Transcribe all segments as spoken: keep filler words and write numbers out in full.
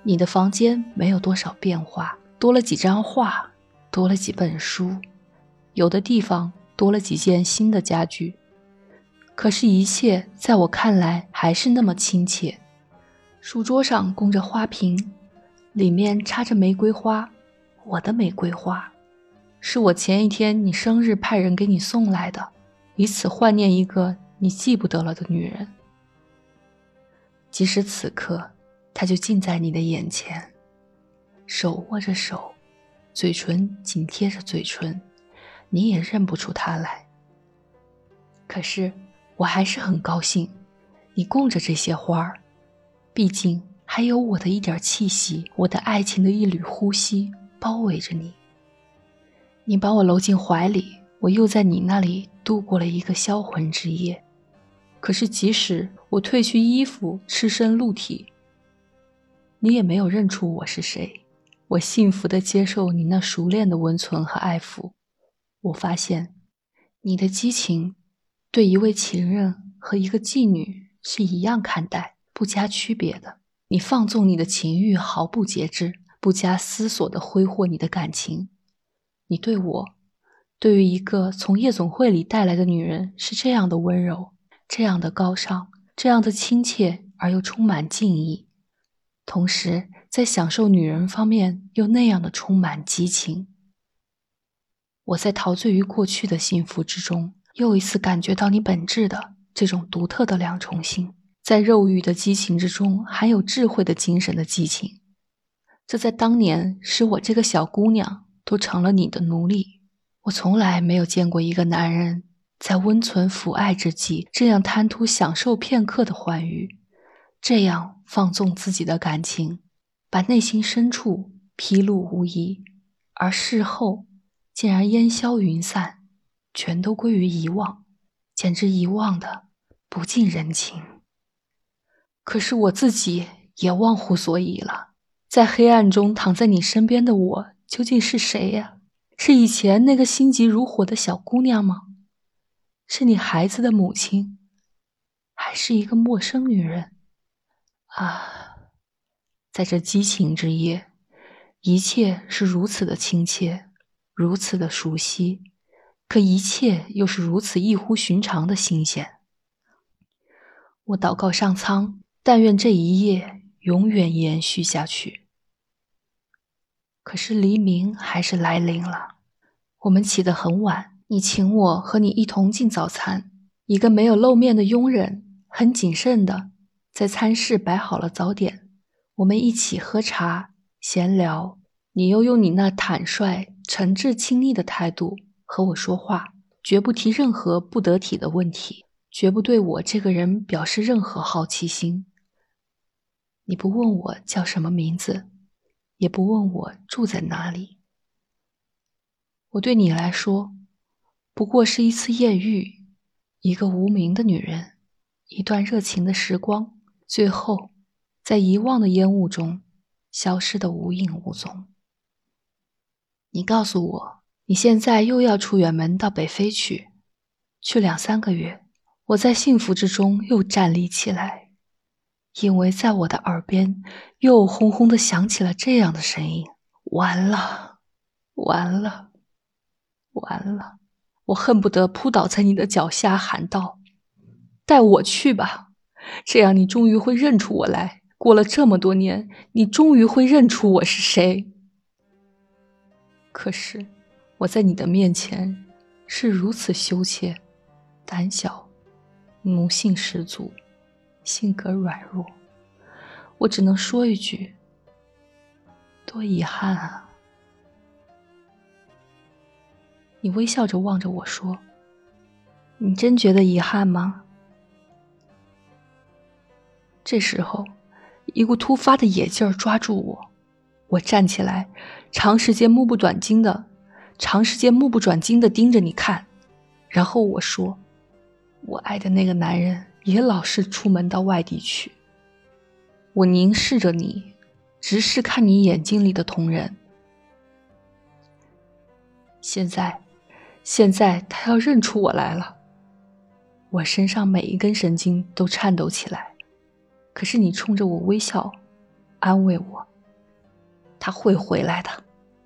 你的房间没有多少变化，多了几张画，多了几本书，有的地方多了几件新的家具。可是一切在我看来还是那么亲切。书桌上供着花瓶，里面插着玫瑰花，我的玫瑰花，是我前一天你生日派人给你送来的，以此怀念一个你记不得了的女人。即使此刻她就近在你的眼前，手握着手，嘴唇紧贴着嘴唇，你也认不出她来。可是我还是很高兴，你供着这些花儿，毕竟还有我的一点气息，我的爱情的一缕呼吸包围着你。你把我搂进怀里，我又在你那里度过了一个销魂之夜。可是即使我褪去衣服，赤身露体，你也没有认出我是谁。我幸福地接受你那熟练的温存和爱抚。我发现你的激情对一位情人和一个妓女是一样看待，不加区别的。你放纵你的情欲，毫不节制，不加思索地挥霍你的感情。你对我，对于一个从夜总会里带来的女人，是这样的温柔，这样的高尚，这样的亲切而又充满敬意，同时在享受女人方面又那样的充满激情。我在陶醉于过去的幸福之中，又一次感觉到你本质的这种独特的两重性，在肉欲的激情之中含有智慧的精神的激情。这在当年使我这个小姑娘都成了你的奴隶。我从来没有见过一个男人在温存抚爱之际这样贪图享受片刻的欢愉，这样放纵自己的感情，把内心深处披露无遗，而事后竟然烟消云散，全都归于遗忘，简直遗忘的不近人情。可是我自己也忘乎所以了，在黑暗中躺在你身边的我究竟是谁呀？是以前那个心急如火的小姑娘吗？是你孩子的母亲，还是一个陌生女人？啊，在这激情之夜，一切是如此的亲切，如此的熟悉，可一切又是如此异乎寻常的新鲜。我祷告上苍，但愿这一夜永远延续下去。可是黎明还是来临了，我们起得很晚，你请我和你一同进早餐。一个没有露面的佣人很谨慎地在餐室摆好了早点，我们一起喝茶闲聊，你又用你那坦率诚挚亲昵的态度和我说话，绝不提任何不得体的问题，绝不对我这个人表示任何好奇心。你不问我叫什么名字，也不问我住在哪里。我对你来说不过是一次艳遇，一个无名的女人，一段热情的时光，最后在遗忘的烟雾中消失得无影无踪。你告诉我你现在又要出远门到北非去，去两三个月。我在幸福之中又站立起来，因为在我的耳边又轰轰地响起了这样的声音：完了，完了，完了！我恨不得扑倒在你的脚下，喊道：带我去吧，这样你终于会认出我来。过了这么多年，你终于会认出我是谁。可是我在你的面前是如此羞怯、胆小、奴性十足，性格软弱，我只能说一句：多遗憾啊！你微笑着望着我说：你真觉得遗憾吗？这时候一股突发的野劲儿抓住我，我站起来，长时间目不转睛的长时间目不转睛的盯着你看，然后我说：我爱的那个男人也老是出门到外地去。我凝视着你，直视看你眼睛里的瞳仁。现在现在他要认出我来了，我身上每一根神经都颤抖起来。可是你冲着我微笑，安慰我： 他会回来的。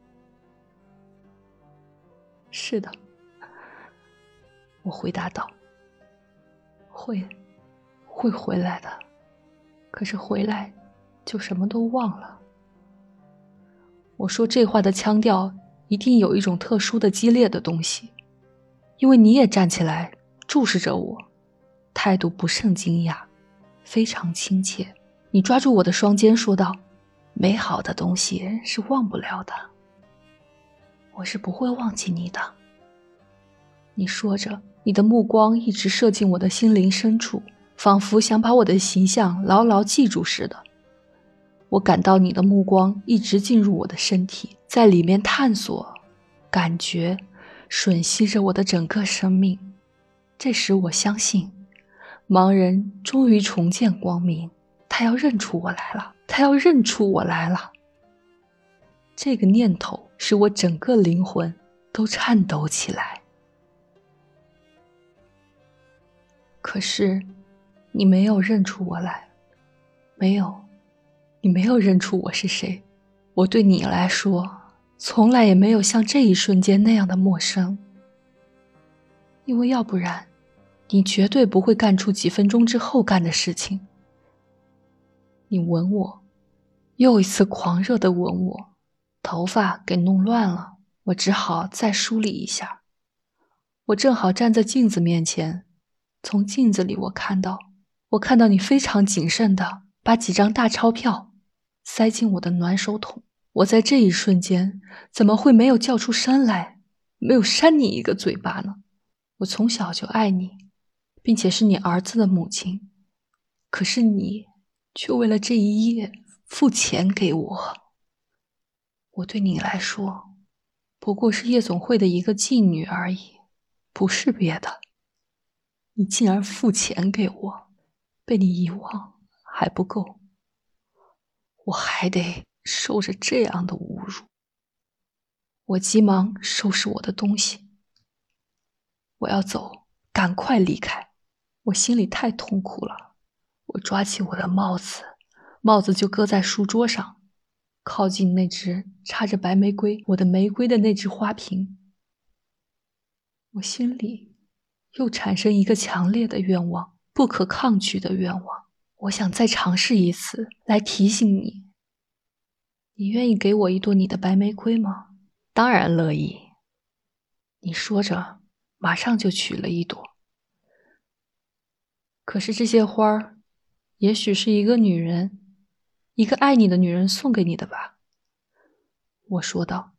是的，我回答道，会，会回来的。可是回来就什么都忘了。我说这话的腔调一定有一种特殊的激烈的东西，因为你也站起来注视着我，态度不甚惊讶，非常亲切。你抓住我的双肩说道，美好的东西是忘不了的，我是不会忘记你的。你说着，你的目光一直射进我的心灵深处，仿佛想把我的形象牢牢记住似的。我感到你的目光一直进入我的身体，在里面探索、感觉、吮吸着我的整个生命。这时我相信，盲人终于重见光明，他要认出我来了，他要认出我来了。这个念头使我整个灵魂都颤抖起来。可是，你没有认出我来，没有。你没有认出我是谁，我对你来说，从来也没有像这一瞬间那样的陌生。因为要不然，你绝对不会干出几分钟之后干的事情。你吻我，又一次狂热地吻我，头发给弄乱了，我只好再梳理一下。我正好站在镜子面前，从镜子里我看到，我看到你非常谨慎地把几张大钞票塞进我的暖手桶。我在这一瞬间怎么会没有叫出声来，没有扇你一个嘴巴呢？我从小就爱你，并且是你儿子的母亲，可是你却为了这一夜付钱给我。我对你来说不过是夜总会的一个妓女而已，不是别的。你竟然付钱给我，被你遗忘还不够，我还得受着这样的侮辱。我急忙收拾我的东西，我要走，赶快离开。我心里太痛苦了。我抓起我的帽子，帽子就搁在书桌上，靠近那只插着白玫瑰我的玫瑰的那只花瓶。我心里又产生一个强烈的愿望，不可抗拒的愿望。我想再尝试一次，来提醒你。你愿意给我一朵你的白玫瑰吗？当然乐意。你说着，马上就取了一朵。可是这些花儿，也许是一个女人，一个爱你的女人送给你的吧？我说道。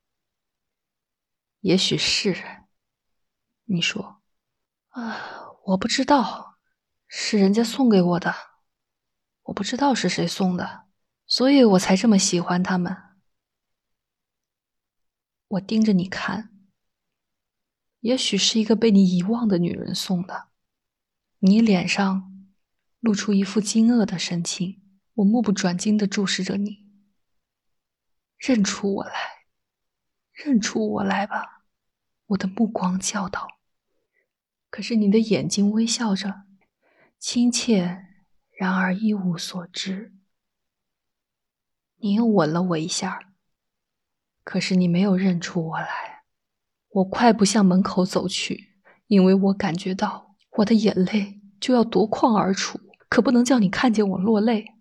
也许是。你说。啊，我不知道，是人家送给我的，我不知道是谁送的，所以我才这么喜欢他们。我盯着你看，也许是一个被你遗忘的女人送的。你脸上露出一副惊愕的神情，我目不转睛地注视着你。认出我来，认出我来吧，我的目光叫道。可是你的眼睛微笑着，亲切，然而一无所知。你又吻了我一下，可是你没有认出我来。我快步向门口走去，因为我感觉到我的眼泪就要夺眶而出，可不能叫你看见我落泪。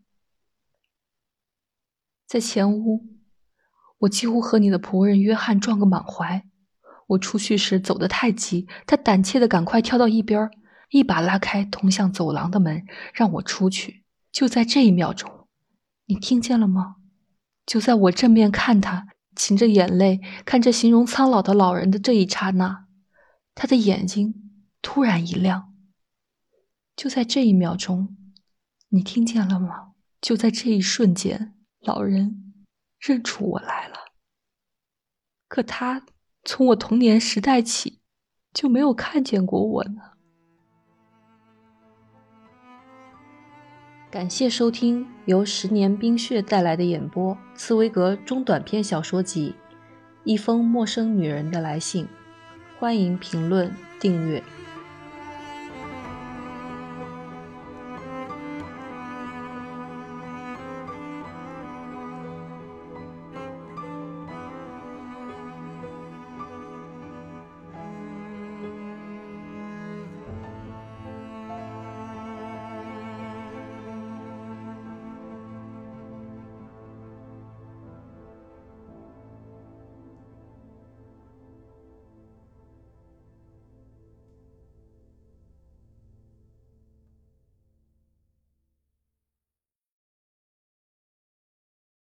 在前屋，我几乎和你的仆人约翰撞个满怀。我出去时走得太急，他胆怯地赶快跳到一边，一把拉开通向走廊的门，让我出去。就在这一秒钟，你听见了吗？就在我正面看他，噙着眼泪看着形容苍老的老人的这一刹那，他的眼睛突然一亮。就在这一秒钟，你听见了吗？就在这一瞬间，老人认出我来了。可他从我童年时代起就没有看见过我呢。感谢收听由十年冰雪带来的演播茨威格中短篇小说集《一封陌生女人的来信》，欢迎评论订阅。